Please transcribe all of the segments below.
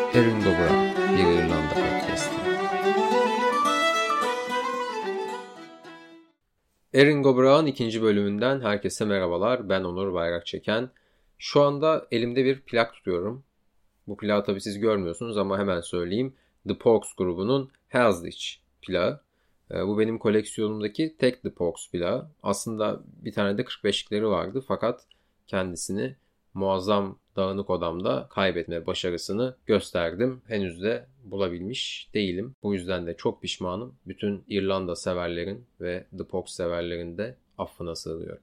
Erin Go Bragh, bir İrlanda podcast'i. Erin Go Bragh'ın ikinci bölümünden herkese merhabalar. Ben Onur Bayrakçeken. Şu anda elimde bir plak tutuyorum. Bu plağı tabii siz görmüyorsunuz ama hemen söyleyeyim. The Pogues grubunun Hell's Ditch plağı. Bu benim koleksiyonumdaki tek The Pogues plağı. Aslında bir tane de 45'likleri vardı fakat kendisini muazzam dağınık odamda kaybetme başarısını gösterdim. Henüz de bulabilmiş değilim. Bu yüzden de çok pişmanım. Bütün İrlanda severlerin ve The Pogues severlerin de affına sığınıyorum.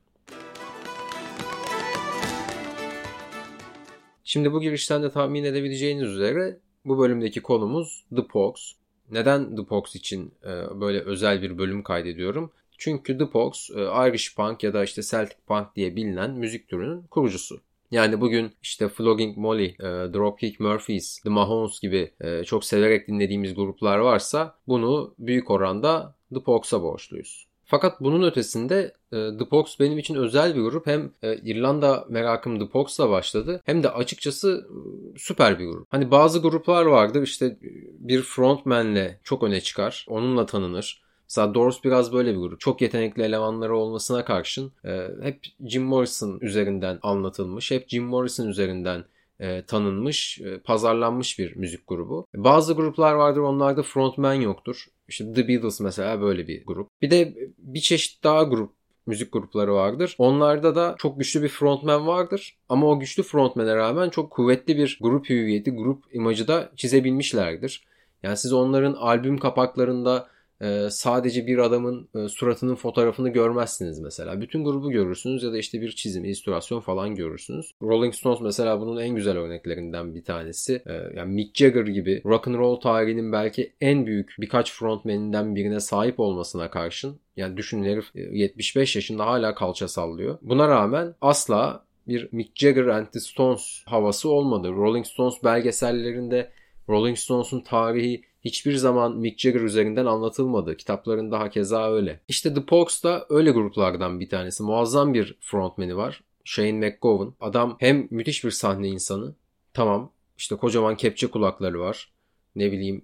Şimdi bu girişten de tahmin edebileceğiniz üzere bu bölümdeki konumuz The Pogues. Neden The Pogues için böyle özel bir bölüm kaydediyorum? Çünkü The Pogues Irish Punk ya da işte Celtic Punk diye bilinen müzik türünün kurucusu. Yani bugün işte Flogging Molly, Dropkick Murphys, The Mahones gibi çok severek dinlediğimiz gruplar varsa bunu büyük oranda The Pogues'a borçluyuz. Fakat bunun ötesinde The Pogues benim için özel bir grup. Hem İrlanda merakım The Pogues'la başladı hem de açıkçası süper bir grup. Hani bazı gruplar vardır işte bir frontman'le çok öne çıkar, onunla tanınır. Mesela Doors biraz böyle bir grup. Çok yetenekli elemanları olmasına karşın hep Jim Morrison üzerinden anlatılmış, hep Jim Morrison üzerinden tanınmış, pazarlanmış bir müzik grubu. Bazı gruplar vardır, onlarda frontman yoktur. İşte The Beatles mesela böyle bir grup. Bir de bir çeşit daha müzik grupları vardır. Onlarda da çok güçlü bir frontman vardır. Ama o güçlü frontmana rağmen çok kuvvetli bir grup hüviyeti, grup imajı da çizebilmişlerdir. Yani siz onların albüm kapaklarında sadece bir adamın suratının fotoğrafını görmezsiniz mesela. Bütün grubu görürsünüz ya da işte bir çizim, illüstrasyon falan görürsünüz. Rolling Stones mesela bunun en güzel örneklerinden bir tanesi. Yani Mick Jagger gibi rock and roll tarihinin belki en büyük birkaç frontmeninden birine sahip olmasına karşın, yani düşünün herif 75 yaşında hala kalça sallıyor. Buna rağmen asla bir Mick Jagger and the Stones havası olmadı. Rolling Stones belgesellerinde Rolling Stones'un tarihi hiçbir zaman Mick Jagger üzerinden anlatılmadı. Kitaplarında hakeza öyle. İşte The Pogues da öyle gruplardan bir tanesi. Muazzam bir frontmeni var. Shane MacGowan. Adam hem müthiş bir sahne insanı. Tamam. İşte kocaman kepçe kulakları var. Ne bileyim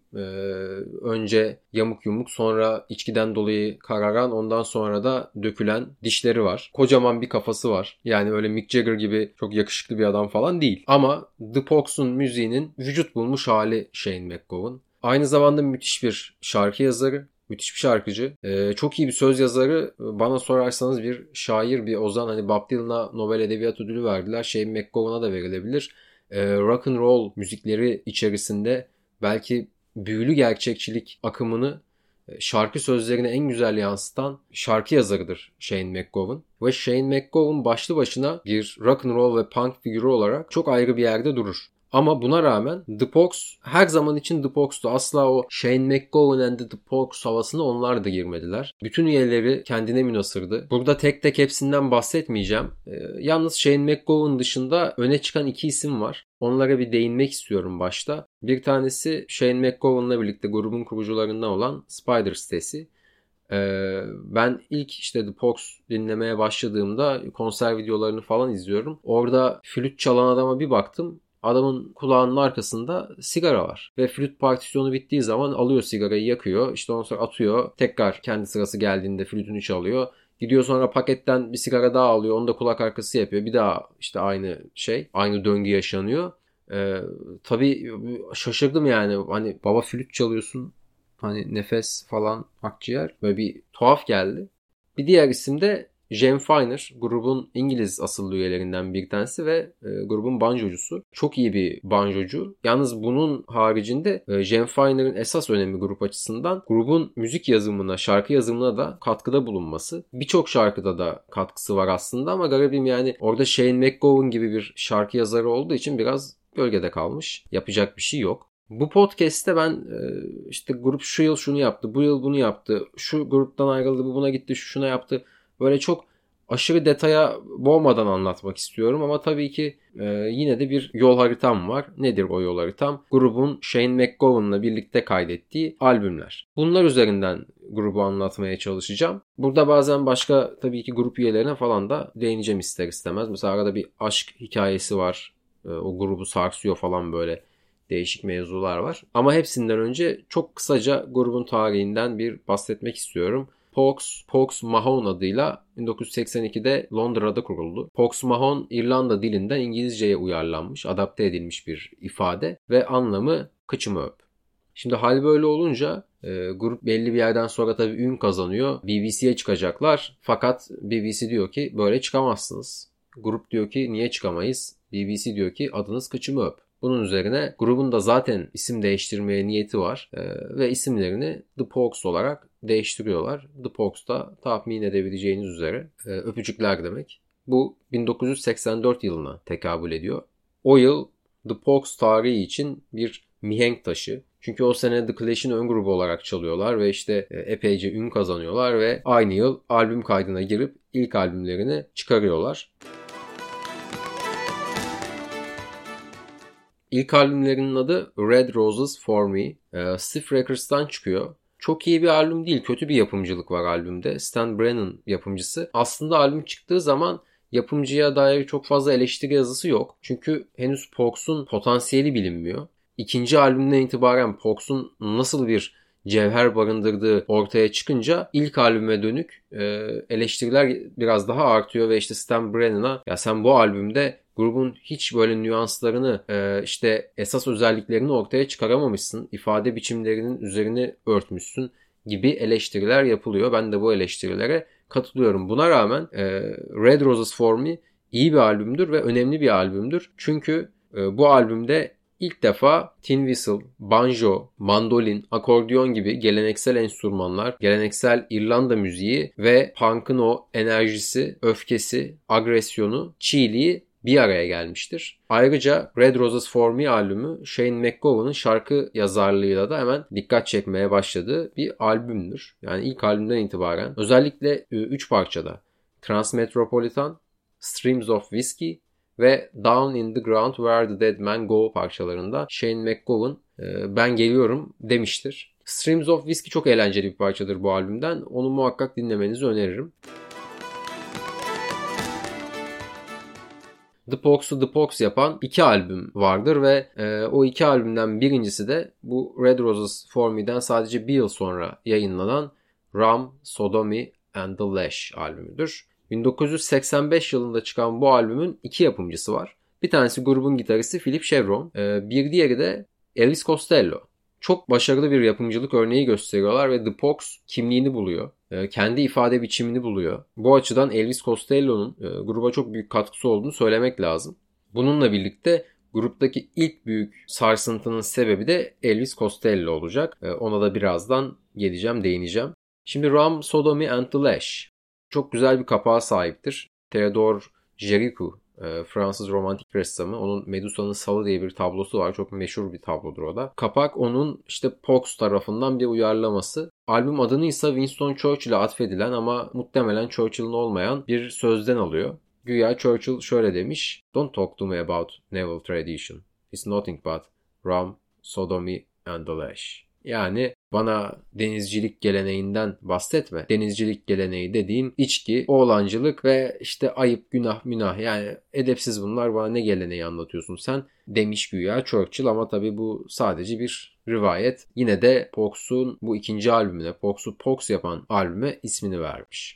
önce yamuk yumuk sonra içkiden dolayı kararan ondan sonra da dökülen dişleri var. Kocaman bir kafası var. Yani öyle Mick Jagger gibi çok yakışıklı bir adam falan değil. Ama The Pogues'un müziğinin vücut bulmuş hali Shane MacGowan. Aynı zamanda müthiş bir şarkı yazarı, müthiş bir şarkıcı. Çok iyi bir söz yazarı. Bana sorarsanız bir şair, bir ozan. Hani Bob Dylan'a Nobel Edebiyat Ödülü verdiler. Shane MacGowan'a da verilebilir. Rock and roll müzikleri içerisinde belki büyülü gerçekçilik akımını şarkı sözlerine en güzel yansıtan şarkı yazarıdır Shane MacGowan. Ve Shane MacGowan başlı başına bir rock and roll ve punk figürü olarak çok ayrı bir yerde durur. Ama buna rağmen The Pogues her zaman için The Pogues'tu. Asla o Shane MacGowan and the Pogues havasına onlar da girmediler. Bütün üyeleri kendine münhasırdı. Burada tek tek hepsinden bahsetmeyeceğim. Yalnız Shane MacGowan dışında öne çıkan iki isim var. Onlara bir değinmek istiyorum başta. Bir tanesi Shane MacGowan'la birlikte grubun kurucularından olan Spider Stacy. Ben ilk işte The Pogues dinlemeye başladığımda konser videolarını falan izliyorum. Orada flüt çalan adama bir baktım. Adamın kulağının arkasında sigara var. Ve flüt partisyonu bittiği zaman alıyor sigarayı, yakıyor. İşte ondan sonra atıyor. Tekrar kendi sırası geldiğinde flütünü çalıyor. Gidiyor sonra paketten bir sigara daha alıyor. Onu da kulak arkası yapıyor. Bir daha işte aynı şey. Aynı döngü yaşanıyor. Tabii şaşırdım yani. Hani baba flüt çalıyorsun. Hani nefes falan akciğer. Böyle bir tuhaf geldi. Bir diğer isim de Jem Finer, grubun İngiliz asıllı üyelerinden bir tanesi ve grubun banjocusu. Çok iyi bir banjocu. Yalnız bunun haricinde Jem Finer'ın esas önemi grup açısından grubun müzik yazımına, şarkı yazımına da katkıda bulunması. Birçok şarkıda da katkısı var aslında ama garibim yani orada Shane MacGowan gibi bir şarkı yazarı olduğu için biraz gölgede kalmış. Yapacak bir şey yok. Bu podcast'te ben işte grup şu yıl şunu yaptı, bu yıl bunu yaptı, şu gruptan ayrıldı, bu buna gitti, şu şuna yaptı. Böyle çok aşırı detaya boğmadan anlatmak istiyorum ama tabii ki yine de bir yol haritam var. Nedir o yol haritam? Grubun Shane MacGowan'la birlikte kaydettiği albümler. Bunlar üzerinden grubu anlatmaya çalışacağım. Burada bazen başka tabii ki grup üyelerine falan da değineceğim ister istemez. Mesela arada bir aşk hikayesi var. O grubu sarsıyor falan böyle değişik mevzular var. Ama hepsinden önce çok kısaca grubun tarihinden bir bahsetmek istiyorum. Pogues Mahone adıyla 1982'de Londra'da kuruldu. Pogues Mahone İrlanda dilinden İngilizceye uyarlanmış, adapte edilmiş bir ifade ve anlamı kıçımı öp. Şimdi hal böyle olunca grup belli bir yerden sonra tabii ün kazanıyor. BBC'ye çıkacaklar fakat BBC diyor ki böyle çıkamazsınız. Grup diyor ki niye çıkamayız? BBC diyor ki adınız kıçımı öp. Bunun üzerine grubun da zaten isim değiştirmeye niyeti var ve isimlerini The Pogues olarak değiştiriyorlar. The Pogues da tahmin edebileceğiniz üzere öpücükler demek. Bu 1984 yılına tekabül ediyor. O yıl The Pogues tarihi için bir mihenk taşı. Çünkü o sene The Clash'in ön grubu olarak çalıyorlar ve işte epeyce ün kazanıyorlar ve aynı yıl albüm kaydına girip ilk albümlerini çıkarıyorlar. İlk albümlerinin adı Red Roses For Me. Stiff Records'tan çıkıyor. Çok iyi bir albüm değil, kötü bir yapımcılık var albümde. Stan Brennan yapımcısı. Aslında albüm çıktığı zaman yapımcıya dair çok fazla eleştiri yazısı yok. Çünkü henüz Pogues'un potansiyeli bilinmiyor. İkinci albümden itibaren Pogues'un nasıl bir cevher barındırdığı ortaya çıkınca ilk albüme dönük eleştiriler biraz daha artıyor ve işte Stan Brennan'a ya sen bu albümde grubun hiç böyle nüanslarını işte esas özelliklerini ortaya çıkaramamışsın, ifade biçimlerinin üzerini örtmüşsün gibi eleştiriler yapılıyor. Ben de bu eleştirilere katılıyorum. Buna rağmen Red Roses For Me iyi bir albümdür ve önemli bir albümdür. Çünkü bu albümde İlk defa tin whistle, banjo, mandolin, akordeon gibi geleneksel enstrümanlar, geleneksel İrlanda müziği ve punk'ın o enerjisi, öfkesi, agresyonu, çiğliği bir araya gelmiştir. Ayrıca Red Roses For Me albümü Shane MacGowan'ın şarkı yazarlığıyla da hemen dikkat çekmeye başladığı bir albümdür. Yani ilk albümden itibaren özellikle 3 parçada Transmetropolitan, Streams of Whiskey ve Down in the Ground Where the Dead Men Go parçalarında Shane MacGowan ben geliyorum demiştir. Streams of Whiskey çok eğlenceli bir parçadır bu albümden. Onu muhakkak dinlemenizi öneririm. The Pogues'u The Pogues yapan 2 albüm vardır ve o 2 albümden birincisi de bu Red Roses For Me'den sadece bir yıl sonra yayınlanan Rum, Sodomy and the Lash albümüdür. 1985 yılında çıkan bu albümün 2 yapımcısı var. Bir tanesi grubun gitaristi Philip Chevron, bir diğeri de Elvis Costello. Çok başarılı bir yapımcılık örneği gösteriyorlar ve The Pogues kimliğini buluyor. Kendi ifade biçimini buluyor. Bu açıdan Elvis Costello'nun gruba çok büyük katkısı olduğunu söylemek lazım. Bununla birlikte gruptaki ilk büyük sarsıntının sebebi de Elvis Costello olacak. Ona da birazdan geleceğim, değineceğim. Şimdi Rum, Sodomy and the Lash çok güzel bir kapağa sahiptir. Theodore Géricault, Fransız romantik ressamı. Onun Medusa'nın Salı diye bir tablosu var. Çok meşhur bir tablodur o da. Kapak onun işte Pogues tarafından bir uyarlaması. Albüm adını ise Winston Churchill'e atfedilen ama muhtemelen Churchill'ın olmayan bir sözden alıyor. Güya Churchill şöyle demiş: "Don't talk to me about naval tradition. It's nothing but rum, sodomy and the lash." Yani bana denizcilik geleneğinden bahsetme. Denizcilik geleneği dediğin içki, oğlancılık ve işte ayıp, günah, münah. Yani edepsiz bunlar, bana ne geleneği anlatıyorsun sen demiş güya Churchill, ama tabii bu sadece bir rivayet. Yine de Pogues'un bu ikinci albümüne, Pogues'u Pogues yapan albüme ismini vermiş.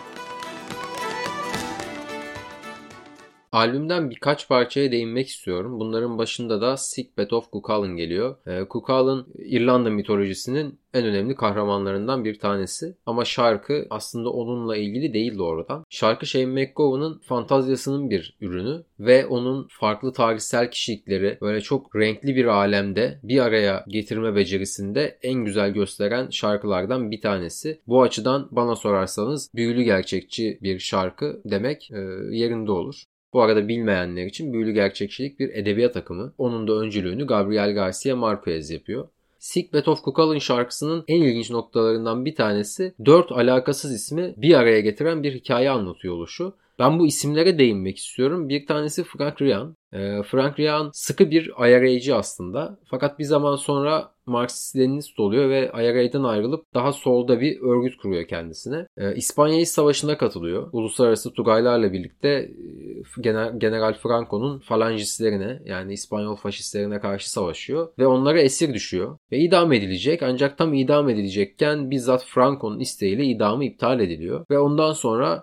Albümden birkaç parçaya değinmek istiyorum. Bunların başında da Sickbed of Cuchulainn geliyor. Cuchulainn İrlanda mitolojisinin en önemli kahramanlarından bir tanesi. Ama şarkı aslında onunla ilgili değil doğrudan. Şarkı Shane MacGowan'ın fantazyasının bir ürünü ve onun farklı tarihsel kişilikleri böyle çok renkli bir alemde bir araya getirme becerisinde en güzel gösteren şarkılardan bir tanesi. Bu açıdan bana sorarsanız büyülü gerçekçi bir şarkı demek yerinde olur. Bu arada bilmeyenler için büyülü gerçekçilik bir edebiyat akımı. Onun da öncülüğünü Gabriel Garcia Marquez yapıyor. Sickbed of Cuchulainn şarkısının en ilginç noktalarından bir tanesi 4 alakasız ismi bir araya getiren bir hikaye anlatıyor oluşu. Ben bu isimlere değinmek istiyorum. Bir tanesi Frank Ryan. Frank Rian sıkı bir IRA'cı aslında. Fakat bir zaman sonra Marksist-Leninist oluyor ve IRA'dan ayrılıp daha solda bir örgüt kuruyor kendisine. İspanya İç Savaşı'na katılıyor. Uluslararası Tugaylarla birlikte General Franco'nun falangistlerine, yani İspanyol faşistlerine karşı savaşıyor ve onlara esir düşüyor ve idam edilecek. Ancak tam idam edilecekken bizzat Franco'nun isteğiyle idamı iptal ediliyor ve ondan sonra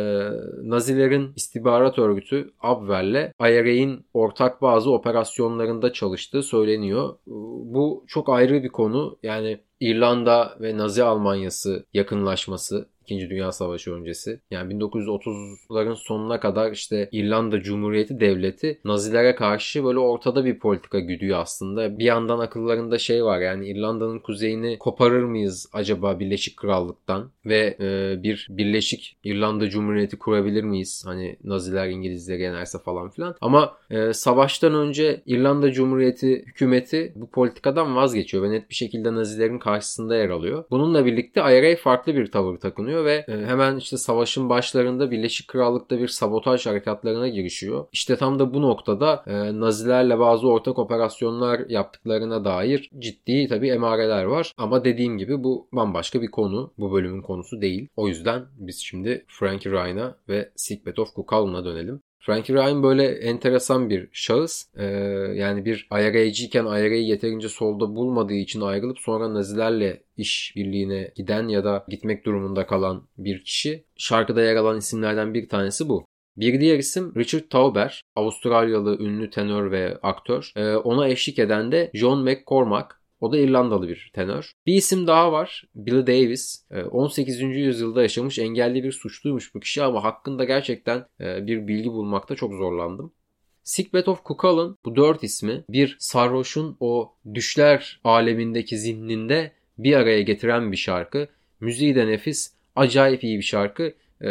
Nazilerin istihbarat örgütü Abwehr'le IRA'in ortak bazı operasyonlarında çalıştığı söyleniyor. Bu çok ayrı bir konu. Yani İrlanda ve Nazi Almanyası yakınlaşması, İkinci Dünya Savaşı öncesi. Yani 1930'ların sonuna kadar işte İrlanda Cumhuriyeti Devleti Nazilere karşı böyle ortada bir politika güdüyor aslında. Bir yandan akıllarında şey var, yani İrlanda'nın kuzeyini koparır mıyız acaba Birleşik Krallık'tan ve bir Birleşik İrlanda Cumhuriyeti kurabilir miyiz? Hani Naziler İngilizleri yenerse falan filan. Ama savaştan önce İrlanda Cumhuriyeti hükümeti bu politikadan vazgeçiyor ve net bir şekilde Nazilerin karşısında yer alıyor. Bununla birlikte IRA farklı bir tavır takınıyor ve hemen işte savaşın başlarında Birleşik Krallık'ta bir sabotaj harekatlarına girişiyor. İşte tam da bu noktada Nazilerle bazı ortak operasyonlar yaptıklarına dair ciddi tabii emareler var. Ama dediğim gibi bu bambaşka bir konu. Bu bölümün konusu değil. O yüzden biz şimdi Frankie Ryan'a ve Siegbert of Kukalun'a dönelim. Frankie Ryan böyle enteresan bir şahıs. Yani bir IRA'cıyken IRA'yı yeterince solda bulmadığı için ayrılıp sonra Nazilerle iş birliğine giden ya da gitmek durumunda kalan bir kişi. Şarkıda yer alan isimlerden bir tanesi bu. Bir diğer isim Richard Tauber, Avustralyalı ünlü tenör ve aktör. Ona eşlik eden de John McCormack. O da İrlandalı bir tenör. Bir isim daha var. Billy Davis. 18. yüzyılda yaşamış, engelli bir suçluymuş bu kişi ama hakkında gerçekten bir bilgi bulmakta çok zorlandım. Siegbert of Kukulun, bu 4 ismi bir sarhoşun o düşler alemindeki zihninde bir araya getiren bir şarkı. Müziği de nefis, acayip iyi bir şarkı.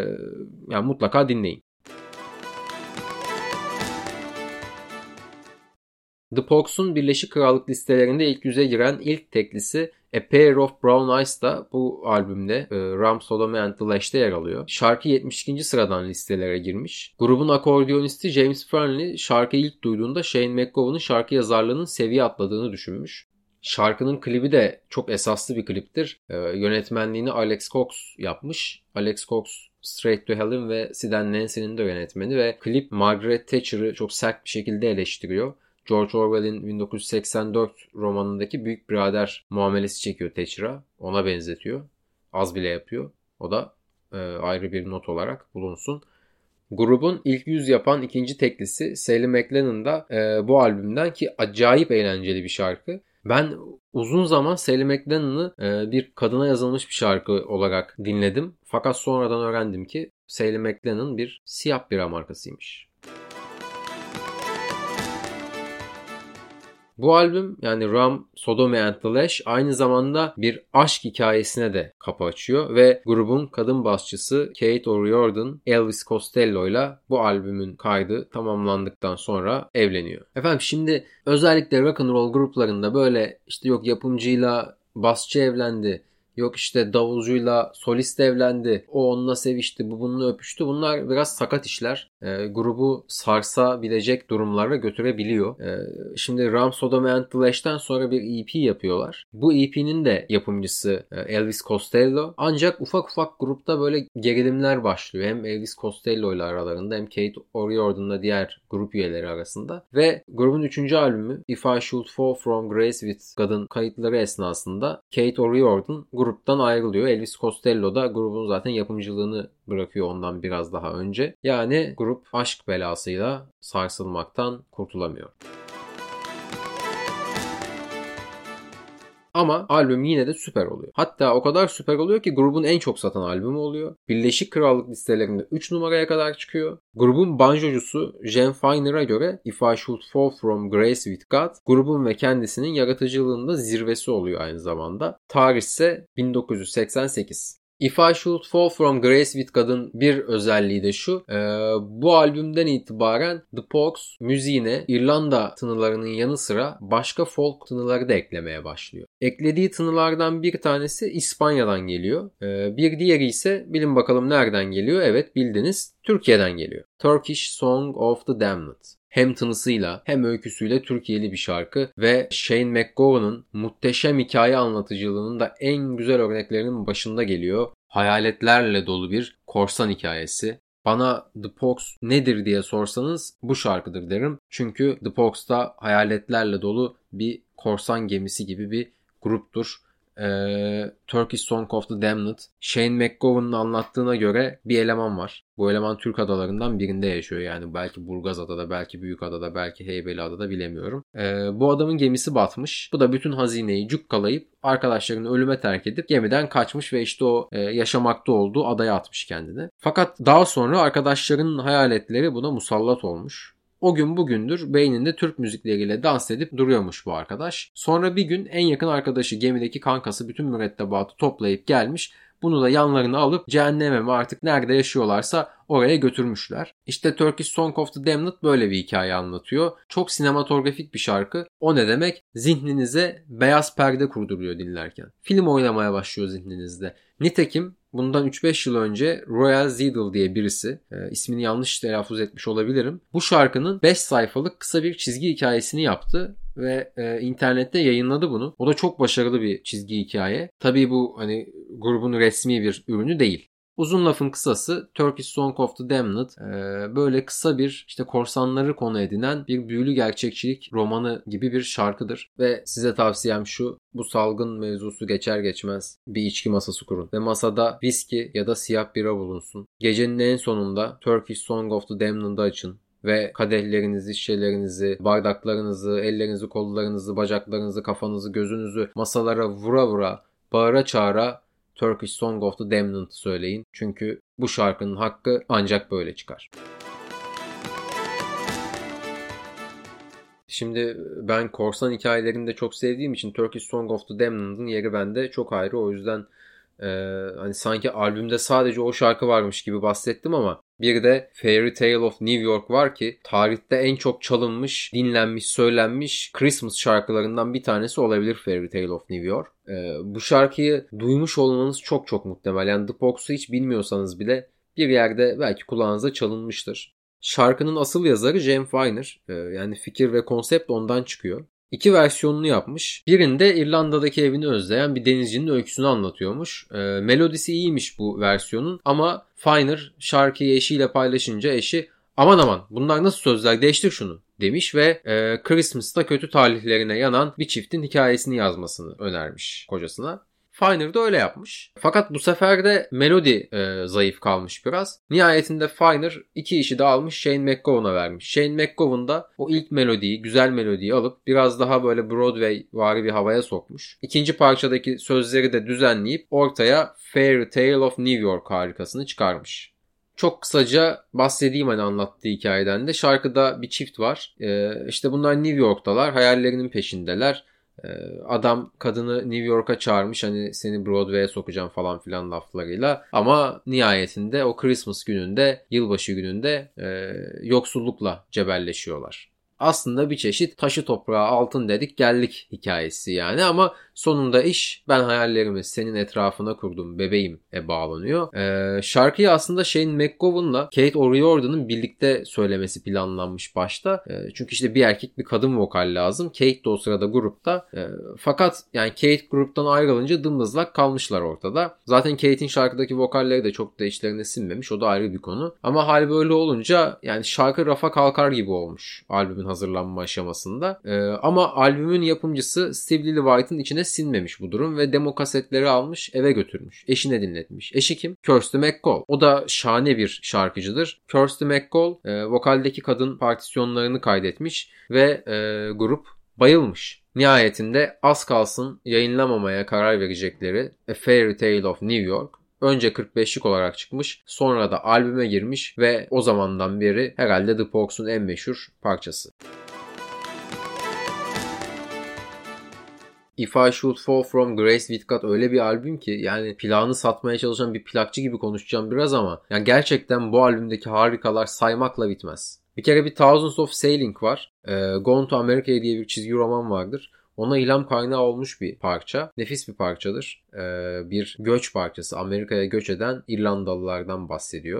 Yani mutlaka dinleyin. The Pogues'un Birleşik Krallık listelerinde ilk yüze giren ilk teklisi A Pair of Brown Eyes da bu albümde Ram Sodomy and the Lash'te yer alıyor. Şarkı 72. sıradan listelere girmiş. Grubun akordiyonisti James Fearnley şarkıyı ilk duyduğunda Shane McGowan'ın şarkı yazarlığının seviye atladığını düşünmüş. Şarkının klibi de çok esaslı bir kliptir. Yönetmenliğini Alex Cox yapmış. Alex Cox Straight to Hell'in ve Sid and Nancy'nin de yönetmeni ve klip Margaret Thatcher'ı çok sert bir şekilde eleştiriyor. George Orwell'in 1984 romanındaki büyük birader muamelesi çekiyor Thatcher'a. Ona benzetiyor. Az bile yapıyor. O da ayrı bir not olarak bulunsun. Grubun ilk yüz yapan ikinci teklisi Sally McLennan'ın da bu albümden, ki acayip eğlenceli bir şarkı. Ben uzun zaman Sally McLennan'ı bir kadına yazılmış bir şarkı olarak dinledim. Fakat sonradan öğrendim ki Sally McLennan bir siyah bira markasıymış. Bu albüm, yani Ram, Sodomy and the Lash, aynı zamanda bir aşk hikayesine de kapı açıyor ve grubun kadın basçısı Kate O'Riordan Elvis Costello ile bu albümün kaydı tamamlandıktan sonra evleniyor. Efendim şimdi özellikle rock and roll gruplarında böyle işte yok yapımcıyla basçı evlendi, yok işte davulcuyla solist evlendi, o onunla sevişti, bu bununla öpüştü. Bunlar biraz sakat işler. Grubu sarsabilecek durumlara götürebiliyor. Şimdi Ram, Sodomy and the Lash'ten sonra bir EP yapıyorlar. Bu EP'nin de yapımcısı Elvis Costello. Ancak ufak ufak grupta böyle gerilimler başlıyor. Hem Elvis Costello ile aralarında hem Kate O'Riordan'la diğer grup üyeleri arasında. Ve grubun 3. albümü If I Should Fall From Grace With God'ın kayıtları esnasında Kate O'Riordan gruptan ayrılıyor. Elvis Costello da grubun zaten yapımcılığını bırakıyor ondan biraz daha önce. Yani grup aşk belasıyla sarsılmaktan kurtulamıyor. Ama albüm yine de süper oluyor. Hatta o kadar süper oluyor ki grubun en çok satan albümü oluyor. Birleşik Krallık listelerinde 3 numaraya kadar çıkıyor. Grubun banjocusu Jen Finer'a göre If I Should Fall From Grace With God, grubun ve kendisinin yaratıcılığında zirvesi oluyor aynı zamanda. Tarih ise 1988. If I Should Fall From Grace With God'ın bir özelliği de şu. Bu albümden itibaren The Pogues müziğine İrlanda tınılarının yanı sıra başka folk tınıları da eklemeye başlıyor. Eklediği tınılardan bir tanesi İspanya'dan geliyor. Bir diğeri ise bilin bakalım nereden geliyor? Evet, bildiniz, Türkiye'den geliyor. Turkish Song of the Damned. Hem tınısıyla hem öyküsüyle Türkiye'li bir şarkı ve Shane MacGowan'ın muhteşem hikaye anlatıcılığının da en güzel örneklerinin başında geliyor. Hayaletlerle dolu bir korsan hikayesi. Bana The Pogues nedir diye sorsanız bu şarkıdır derim. Çünkü The Pogues da hayaletlerle dolu bir korsan gemisi gibi bir gruptur. Turkish Song of the Damned. Shane MacGowan'ın anlattığına göre bir eleman var. Bu eleman Türk adalarından birinde yaşıyor. Yani belki Burgazada'da, belki Büyükada'da, belki Heybeliada'da bilemiyorum. Bu adamın gemisi batmış. Bu da bütün hazineyi cukkalayıp arkadaşlarını ölüme terk edip gemiden kaçmış ve işte o yaşamakta olduğu adaya atmış kendini. Fakat daha sonra arkadaşlarının hayaletleri buna musallat olmuş. O gün bugündür beyninde Türk müzikleriyle dans edip duruyormuş bu arkadaş. Sonra bir gün en yakın arkadaşı, gemideki kankası bütün mürettebatı toplayıp gelmiş. Bunu da yanlarına alıp cehenneme mi artık nerede yaşıyorlarsa oraya götürmüşler. İşte Turkish Song of the Damned böyle bir hikaye anlatıyor. Çok sinematografik bir şarkı. O ne demek? Zihninize beyaz perde kurduruyor dinlerken. Film oynamaya başlıyor zihninizde. Nitekim bundan 3-5 yıl önce Royal Zeedle diye birisi, ismini yanlış telaffuz etmiş olabilirim, bu şarkının 5 sayfalık kısa bir çizgi hikayesini yaptı ve internette yayınladı bunu. O da çok başarılı bir çizgi hikaye. Tabii bu hani grubun resmi bir ürünü değil. Uzun lafın kısası Turkish Song of the Damned böyle kısa bir işte korsanları konu edinen bir büyülü gerçekçilik romanı gibi bir şarkıdır. Ve size tavsiyem şu: bu salgın mevzusu geçer geçmez bir içki masası kurun. Ve masada viski ya da siyah bira bulunsun. Gecenin en sonunda Turkish Song of the Damned'ı açın. Ve kadehlerinizi, şişelerinizi, bardaklarınızı, ellerinizi, kollarınızı, bacaklarınızı, kafanızı, gözünüzü masalara vura vura, bağıra çağıra Turkish Song of the Damned söyleyin. Çünkü bu şarkının hakkı ancak böyle çıkar. Şimdi ben korsan hikayelerini de çok sevdiğim için Turkish Song of the Damned'ın yeri bende çok ayrı. O yüzden hani sanki albümde sadece o şarkı varmış gibi bahsettim ama bir de Fairy Tale of New York var ki tarihte en çok çalınmış, dinlenmiş, söylenmiş Christmas şarkılarından bir tanesi olabilir Fairy Tale of New York. Bu şarkıyı duymuş olmanız çok çok muhtemel. Yani The Pogues'u hiç bilmiyorsanız bile bir yerde belki kulağınıza çalınmıştır. Şarkının asıl yazarı Jem Finer. Yani fikir ve konsept ondan çıkıyor. 2 versiyonunu yapmış. Birinde İrlanda'daki evini özleyen bir denizcinin öyküsünü anlatıyormuş. Melodisi iyiymiş bu versiyonun ama Finer şarkıyı eşiyle paylaşınca eşi aman aman bunlar nasıl sözler, değiştir şunu demiş ve Christmas'ta kötü talihlerine yanan bir çiftin hikayesini yazmasını önermiş kocasına. Finer de öyle yapmış. Fakat bu sefer de melodi zayıf kalmış biraz. Nihayetinde Finer 2 işi de almış Shane MacGowan'a vermiş. Shane MacGowan da o ilk melodiyi, güzel melodiyi alıp biraz daha böyle Broadway-vari bir havaya sokmuş. İkinci parçadaki sözleri de düzenleyip ortaya Fairy Tale of New York harikasını çıkarmış. Çok kısaca bahsedeyim hani anlattığı hikayeden de. Şarkıda bir çift var. İşte bunlar New York'talar, hayallerinin peşindeler. Adam kadını New York'a çağırmış, hani seni Broadway'e sokacağım falan filan laflarıyla, ama nihayetinde o Christmas gününde, yılbaşı gününde yoksullukla cebelleşiyorlar. Aslında bir çeşit taşı toprağa altın dedik geldik hikayesi yani, ama sonunda iş ben hayallerimi senin etrafına kurdum bebeğim'e bağlanıyor. Şarkıyı aslında Shane MacGowan'la Kate O'Riordan'ın birlikte söylemesi planlanmış başta. Çünkü işte bir erkek bir kadın vokal lazım. Kate de o sırada grupta. Fakat yani Kate gruptan ayrılınca dımdızlak kalmışlar ortada. Zaten Kate'in şarkıdaki vokalleri de çok da içlerine sinmemiş. O da ayrı bir konu. Ama hal böyle olunca yani şarkı rafa kalkar gibi olmuş albümün hazırlanma aşamasında. Ama albümün yapımcısı Steve Lillywhite'ın içine sinmemiş bu durum ve demo kasetleri almış eve götürmüş. Eşine dinletmiş. Eşi kim? Kirsty MacColl. O da şahane bir şarkıcıdır. Kirsty MacColl vokaldeki kadın partisyonlarını kaydetmiş ve grup bayılmış. Nihayetinde az kalsın yayınlamamaya karar verecekleri A Fairy Tale of New York önce 45'lik olarak çıkmış, sonra da albüme girmiş ve o zamandan beri herhalde The Pogues'un en meşhur parçası. If I Should Fall From Grace With God öyle bir albüm ki yani plağını satmaya çalışan bir plakçı gibi konuşacağım biraz ama yani gerçekten bu albümdeki harikalar saymakla bitmez. Bir kere bir Thousands of Sailing var. Gone to America diye bir çizgi roman vardır. Ona ilham kaynağı olmuş bir parça. Nefis bir parçadır. Bir göç parçası. Amerika'ya göç eden İrlandalılardan bahsediyor.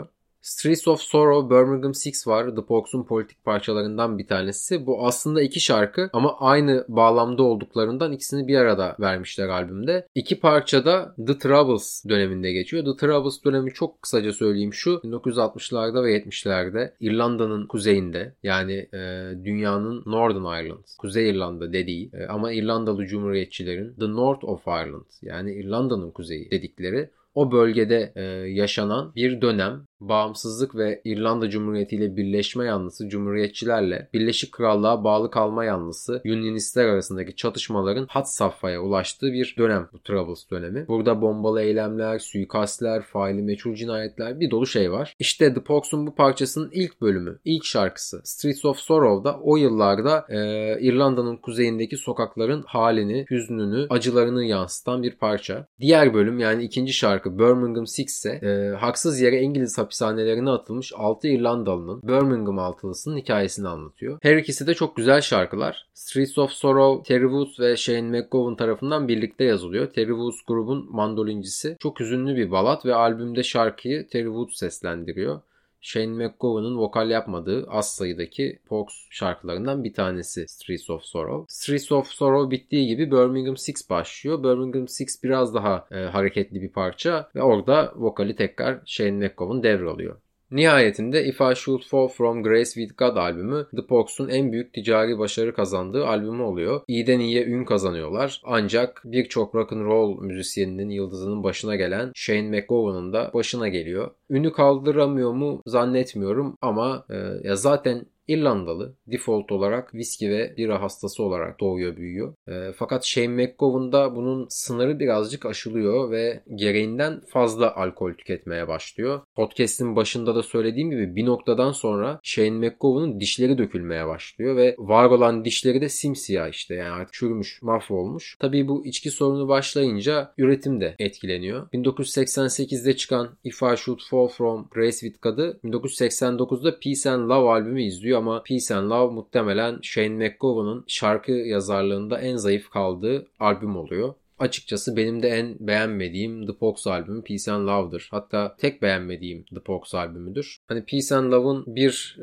Streets of Sorrow, Birmingham Six var. The Pogues'un politik parçalarından bir tanesi. Bu aslında iki şarkı ama aynı bağlamda olduklarından ikisini bir arada vermişler albümde. İki parça da The Troubles döneminde geçiyor. The Troubles dönemi çok kısaca söyleyeyim şu. 1960'larda ve 70'lerde İrlanda'nın kuzeyinde, yani dünyanın Northern Ireland, Kuzey İrlanda dediği ama İrlandalı Cumhuriyetçilerin The North of Ireland, yani İrlanda'nın kuzeyi dedikleri o bölgede yaşanan bir dönem, bağımsızlık ve İrlanda Cumhuriyeti ile birleşme yanlısı Cumhuriyetçilerle Birleşik Krallığa bağlı kalma yanlısı Unionistler arasındaki çatışmaların had safhaya ulaştığı bir dönem bu Troubles dönemi. Burada bombalı eylemler, suikastler, faili meçhul cinayetler, bir dolu şey var. İşte The Pogues'un bu parçasının ilk bölümü, ilk şarkısı Streets of Sorrow'da o yıllarda İrlanda'nın kuzeyindeki sokakların halini, hüznünü, acılarını yansıtan bir parça. Diğer bölüm, yani ikinci şarkı Birmingham Six ise haksız yere İngiliz hapishanelerine atılmış 6 İrlandalı'nın, Birmingham altılısının hikayesini anlatıyor. Her ikisi de çok güzel şarkılar. Streets of Sorrow, Terry Wood ve Shane MacGowan tarafından birlikte yazılıyor. Terry Wood grubun mandolincisi. Çok hüzünlü bir balat ve albümde şarkıyı Terry Wood seslendiriyor. Shane MacGowan'ın vokal yapmadığı az sayıdaki Pogues şarkılarından bir tanesi Streets of Sorrow. Streets of Sorrow bittiği gibi Birmingham Six başlıyor. Birmingham Six biraz daha hareketli bir parça ve orada vokali tekrar Shane MacGowan devralıyor. Nihayetinde If I Should Fall From Grace With God albümü The Pogues'un en büyük ticari başarı kazandığı albümü oluyor. İyiden iyiye ün kazanıyorlar. Ancak birçok rock'n'roll müzisyeninin yıldızının başına gelen Shane MacGowan'ın da başına geliyor. Ünü kaldıramıyor mu zannetmiyorum ama ya zaten İrlandalı, default olarak viski ve bira hastası olarak doğuyor büyüyor. Fakat Shane MacGowan'da bunun sınırı birazcık aşılıyor ve gereğinden fazla alkol tüketmeye başlıyor. Podcast'in başında da söylediğim gibi bir noktadan sonra Shane MacGowan'ın dişleri dökülmeye başlıyor ve var olan dişleri de simsiyah, işte yani artık çürümüş, mahvolmuş. Tabii bu içki sorunu başlayınca üretim de etkileniyor. 1988'de çıkan If I Should Fall From Grace With God'ı 1989'da Peace and Love albümü izliyor ama Peace and Love muhtemelen Shane MacGowan'ın şarkı yazarlığında en zayıf kaldığı albüm oluyor. Açıkçası benim de en beğenmediğim The Pogues albümü Peace and Love'dır. Hatta tek beğenmediğim The Pogues albümüdür. Hani Peace and Love'ın bir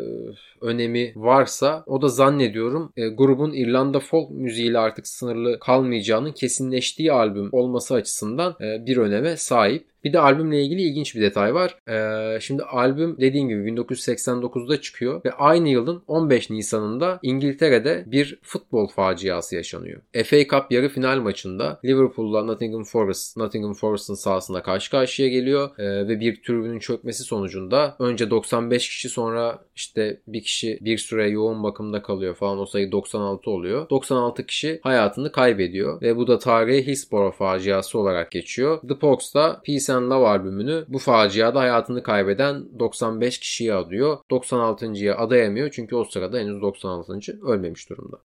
önemi varsa o da zannediyorum grubun İrlanda folk müziğiyle artık sınırlı kalmayacağının kesinleştiği albüm olması açısından bir öneme sahip. Bir de albümle ilgili ilginç bir detay var. Şimdi albüm dediğim gibi 1989'da çıkıyor ve aynı yılın 15 Nisan'ında İngiltere'de bir futbol faciası yaşanıyor. FA Cup yarı final maçında Liverpool'la Nottingham Forest'ın sahasında karşı karşıya geliyor ve bir tribünün çökmesi sonucunda önce 95 kişi, sonra işte bir kişi bir süre yoğun bakımda kalıyor falan, o sayı 96 oluyor. 96 kişi hayatını kaybediyor ve bu da tarihe Hillsborough faciası olarak geçiyor. The Pogues da Peace and Love albümünü bu faciada hayatını kaybeden 95 kişiye adıyor. 96.'ya adayamıyor çünkü o sırada henüz 96. ölmemiş durumda.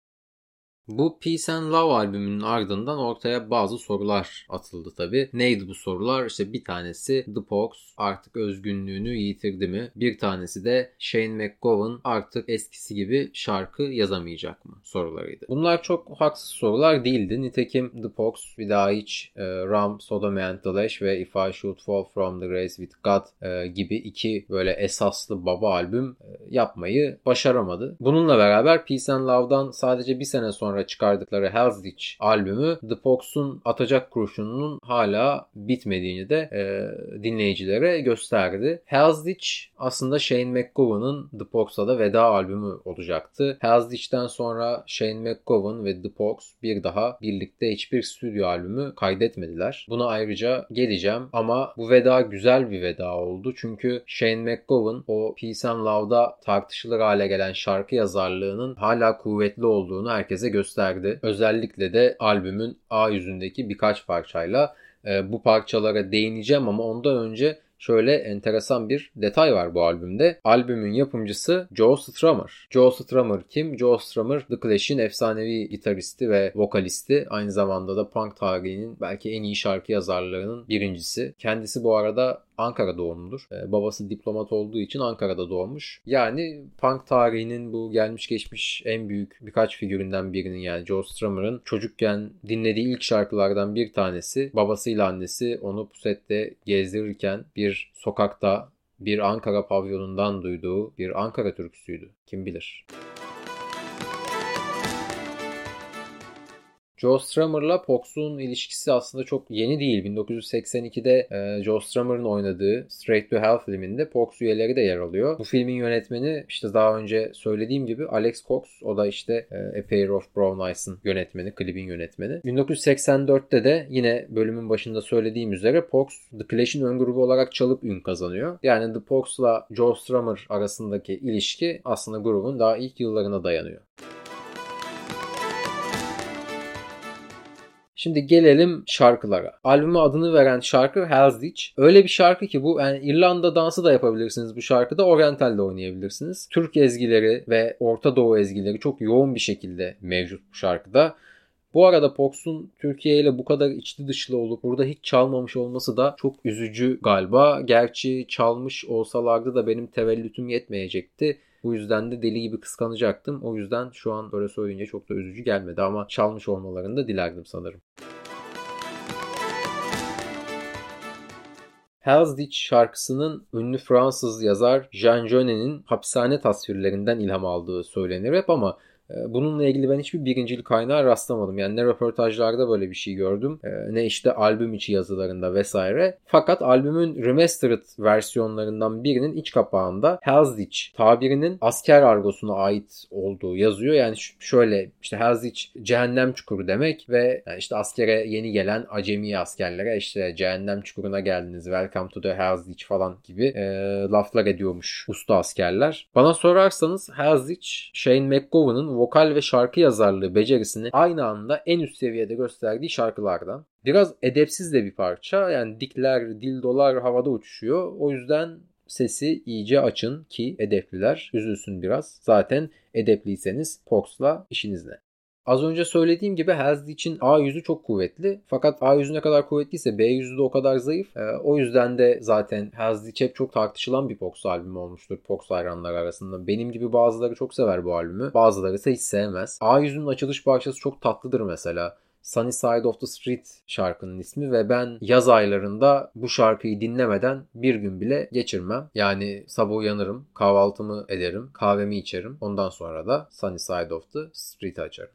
Bu Peace and Love albümünün ardından ortaya bazı sorular atıldı tabii. Neydi bu sorular? İşte bir tanesi The Pogues artık özgünlüğünü yitirdi mi? Bir tanesi de Shane MacGowan artık eskisi gibi şarkı yazamayacak mı? Sorularıydı. Bunlar çok haksız sorular değildi. Nitekim The Pogues bir daha hiç Rum, Sodomy and the Lash ve If I Should Fall From the Grace With God gibi iki böyle esaslı baba albüm yapmayı başaramadı. Bununla beraber Peace and Love'dan sadece bir sene sonra çıkardıkları Hell's Ditch albümü The Pogues'un atacak kurşununun hala bitmediğini de dinleyicilere gösterdi. Hell's Ditch aslında Shane MacGowan'ın The Pogues'a da veda albümü olacaktı. Hell's Ditch'ten sonra Shane MacGowan ve The Pogues bir daha birlikte hiçbir stüdyo albümü kaydetmediler. Buna ayrıca geleceğim ama bu veda güzel bir veda oldu. Çünkü Shane MacGowan o Peace and Love'da tartışılır hale gelen şarkı yazarlığının hala kuvvetli olduğunu herkese gösterdi. Özellikle de albümün A yüzündeki birkaç parçayla bu parçalara değineceğim ama ondan önce şöyle enteresan bir detay var bu albümde. Albümün yapımcısı Joe Strummer. Joe Strummer kim? Joe Strummer The Clash'in efsanevi gitaristi ve vokalisti. Aynı zamanda da punk tarihinin belki en iyi şarkı yazarlarının birincisi. Kendisi bu arada Ankara doğumludur. Babası diplomat olduğu için Ankara'da doğmuş. Yani punk tarihinin bu gelmiş geçmiş en büyük birkaç figüründen birinin, yani Joe Strummer'ın çocukken dinlediği ilk şarkılardan bir tanesi. Babasıyla annesi onu pusette gezdirirken bir sokakta bir Ankara pavyonundan duyduğu bir Ankara türküsüydü. Kim bilir? Joe Strummer'la Pox'un ilişkisi aslında çok yeni değil. 1982'de Joe Strummer'ın oynadığı Straight to Hell filminde Pox üyeleri de yer alıyor. Bu filmin yönetmeni işte daha önce söylediğim gibi Alex Cox. O da işte A Pair of Brown Eyes'ın yönetmeni, klibin yönetmeni. 1984'te de yine bölümün başında söylediğim üzere Pox The Clash'in ön grubu olarak çalıp ün kazanıyor. Yani The Pox'la Joe Strummer arasındaki ilişki aslında grubun daha ilk yıllarına dayanıyor. Şimdi gelelim şarkılara. Albüme adını veren şarkı Hell's Ditch. Öyle bir şarkı ki bu, yani İrlanda dansı da yapabilirsiniz bu şarkıda, Oriental de oynayabilirsiniz. Türk ezgileri ve Orta Doğu ezgileri çok yoğun bir şekilde mevcut bu şarkıda. Bu arada Pox'un Türkiye ile bu kadar içli dışlı olup burada hiç çalmamış olması da çok üzücü galiba. Gerçi çalmış olsalardı da benim tevellütüm yetmeyecekti. Bu yüzden de deli gibi kıskanacaktım. O yüzden şu an böyle söyleyince çok da üzücü gelmedi ama çalmış olmalarını da dilerdim sanırım. Hell's Ditch şarkısının ünlü Fransız yazar Jean Genet'in hapishane tasvirlerinden ilham aldığı söylenir hep ama bununla ilgili ben hiçbir birincil kaynağa rastlamadım. Yani ne röportajlarda böyle bir şey gördüm, ne işte albüm içi yazılarında vesaire. Fakat albümün remastered versiyonlarından birinin iç kapağında Hell's Ditch tabirinin asker argosuna ait olduğu yazıyor. Yani şöyle işte Hell's Ditch cehennem çukuru demek ve yani işte askere yeni gelen acemi askerlere işte cehennem çukuruna geldiniz, welcome to the Hell's Ditch falan gibi laflar ediyormuş usta askerler. Bana sorarsanız Hell's Ditch, Shane McGowan'ın vokal ve şarkı yazarlığı becerisini aynı anda en üst seviyede gösterdiği şarkılardan. Biraz edepsiz de bir parça. Yani dikler, dildolar havada uçuşuyor. O yüzden sesi iyice açın ki edepliler üzülsün biraz. Zaten edepliyseniz Pox'la işiniz ne? Az önce söylediğim gibi Hell's Ditch'in A yüzü çok kuvvetli. Fakat A yüzü ne kadar kuvvetliyse B yüzü de o kadar zayıf. O yüzden de zaten Hell's Ditch hep çok tartışılan bir Pox albümü olmuştur Pox hayranları arasında. Benim gibi bazıları çok sever bu albümü. Bazıları ise hiç sevmez. A yüzünün açılış parçası çok tatlıdır mesela. Sunny Side of the Street şarkının ismi ve ben yaz aylarında bu şarkıyı dinlemeden bir gün bile geçirmem. Yani sabah uyanırım, kahvaltımı ederim, kahvemi içerim. Ondan sonra da Sunny Side of the Street'i açarım.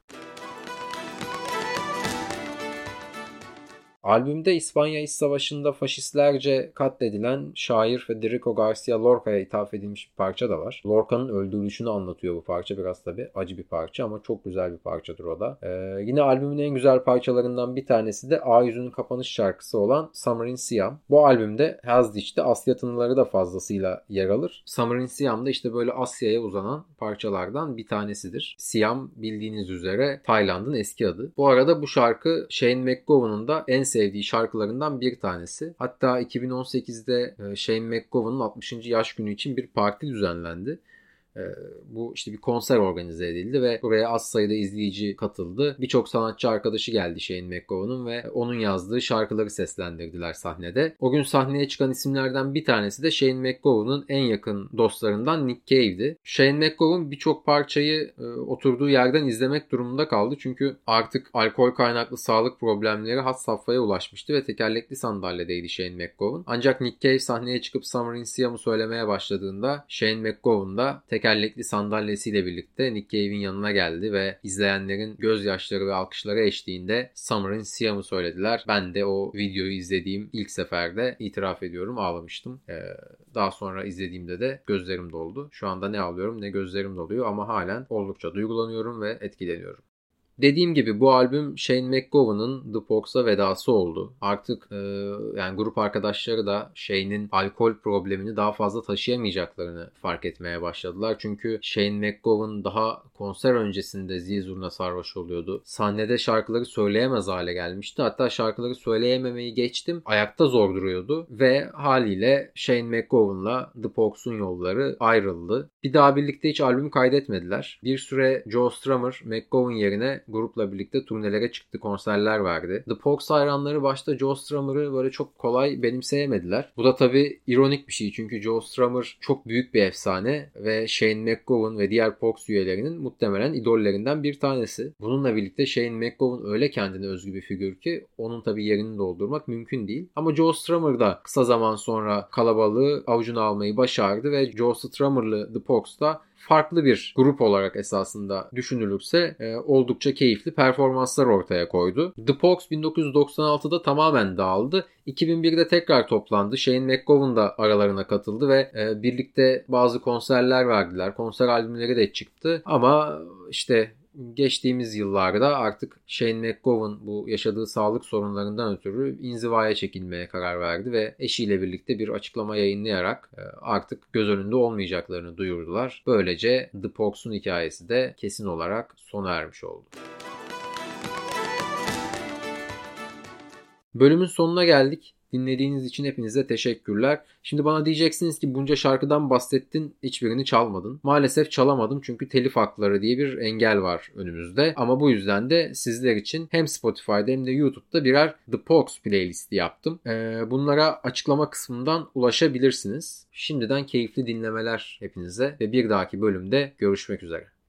Albümde İspanya İç Savaşı'nda faşistlerce katledilen şair Federico Garcia Lorca'ya ithaf edilmiş bir parça da var. Lorca'nın öldürülüşünü anlatıyor bu parça. Biraz tabii acı bir parça ama çok güzel bir parçadır o da. Yine albümün en güzel parçalarından bir tanesi de A yüzünün kapanış şarkısı olan Summer in Siam. Bu albümde Hell's Ditch'te Asya tınıları da fazlasıyla yer alır. Summer in Siam'da işte böyle Asya'ya uzanan parçalardan bir tanesidir. Siam bildiğiniz üzere Tayland'ın eski adı. Bu arada bu şarkı Shane McGowan'ın da en sevdiği şarkılarından bir tanesi. Hatta 2018'de Shane McGowan'ın 60. yaş günü için bir parti düzenlendi. Bu işte bir konser organize edildi ve buraya az sayıda izleyici katıldı. Birçok sanatçı arkadaşı geldi Shane McGowan'ın ve onun yazdığı şarkıları seslendirdiler sahnede. O gün sahneye çıkan isimlerden bir tanesi de Shane McGowan'ın en yakın dostlarından Nick Cave'di. Shane McGowan birçok parçayı oturduğu yerden izlemek durumunda kaldı. Çünkü artık alkol kaynaklı sağlık problemleri had safhaya ulaşmıştı ve tekerlekli sandalyedeydi Shane McGowan. Ancak Nick Cave sahneye çıkıp Summer in Siam'ı söylemeye başladığında Shane McGowan da tekerlekli sandalyesiyle birlikte Nick Cave'in yanına geldi ve izleyenlerin gözyaşları ve alkışları eşliğinde Summer in Siam'ı söylediler. Ben de o videoyu izlediğim ilk seferde itiraf ediyorum ağlamıştım. Daha sonra izlediğimde de gözlerim doldu. Şu anda ne ağlıyorum ne gözlerim doluyor ama halen oldukça duygulanıyorum ve etkileniyorum. Dediğim gibi bu albüm Shane McGowan'ın The Pox'a vedası oldu. Artık yani grup arkadaşları da Shane'in alkol problemini daha fazla taşıyamayacaklarını fark etmeye başladılar. Çünkü Shane McGowan daha konser öncesinde zil zurna sarhoş oluyordu. Sahnede şarkıları söyleyemez hale gelmişti. Hatta şarkıları söyleyememeyi geçtim. Ayakta zor duruyordu ve haliyle Shane McGowan'la The Pox'un yolları ayrıldı. Bir daha birlikte hiç albüm kaydetmediler. Bir süre Joe Strummer McGowan yerine grupla birlikte turnelere çıktı, konserler verdi. The Pogues hayranları başta Joe Strummer'ı böyle çok kolay benimseyemediler. Bu da tabii ironik bir şey çünkü Joe Strummer çok büyük bir efsane ve Shane MacGowan ve diğer Pogues üyelerinin muhtemelen idollerinden bir tanesi. Bununla birlikte Shane MacGowan öyle kendine özgü bir figür ki onun tabii yerini doldurmak mümkün değil. Ama Joe Strummer da kısa zaman sonra kalabalığı avucuna almayı başardı ve Joe Strummer'lı The Pogues da farklı bir grup olarak esasında düşünülürse oldukça keyifli performanslar ortaya koydu. The Pogues 1996'da tamamen dağıldı. 2001'de tekrar toplandı. Shane MacGowan da aralarına katıldı ve birlikte bazı konserler verdiler. Konser albümleri de çıktı. Ama işte geçtiğimiz yıllarda artık Shane MacGowan bu yaşadığı sağlık sorunlarından ötürü inzivaya çekilmeye karar verdi ve eşiyle birlikte bir açıklama yayınlayarak artık göz önünde olmayacaklarını duyurdular. Böylece The Pogues'un hikayesi de kesin olarak sona ermiş oldu. Bölümün sonuna geldik. Dinlediğiniz için hepinize teşekkürler. Şimdi bana diyeceksiniz ki bunca şarkıdan bahsettin, hiçbirini çalmadın. Maalesef çalamadım çünkü telif hakları diye bir engel var önümüzde. Ama bu yüzden de sizler için hem Spotify'da hem de YouTube'da birer The Pogues playlisti yaptım. Bunlara açıklama kısmından ulaşabilirsiniz. Şimdiden keyifli dinlemeler hepinize ve bir dahaki bölümde görüşmek üzere.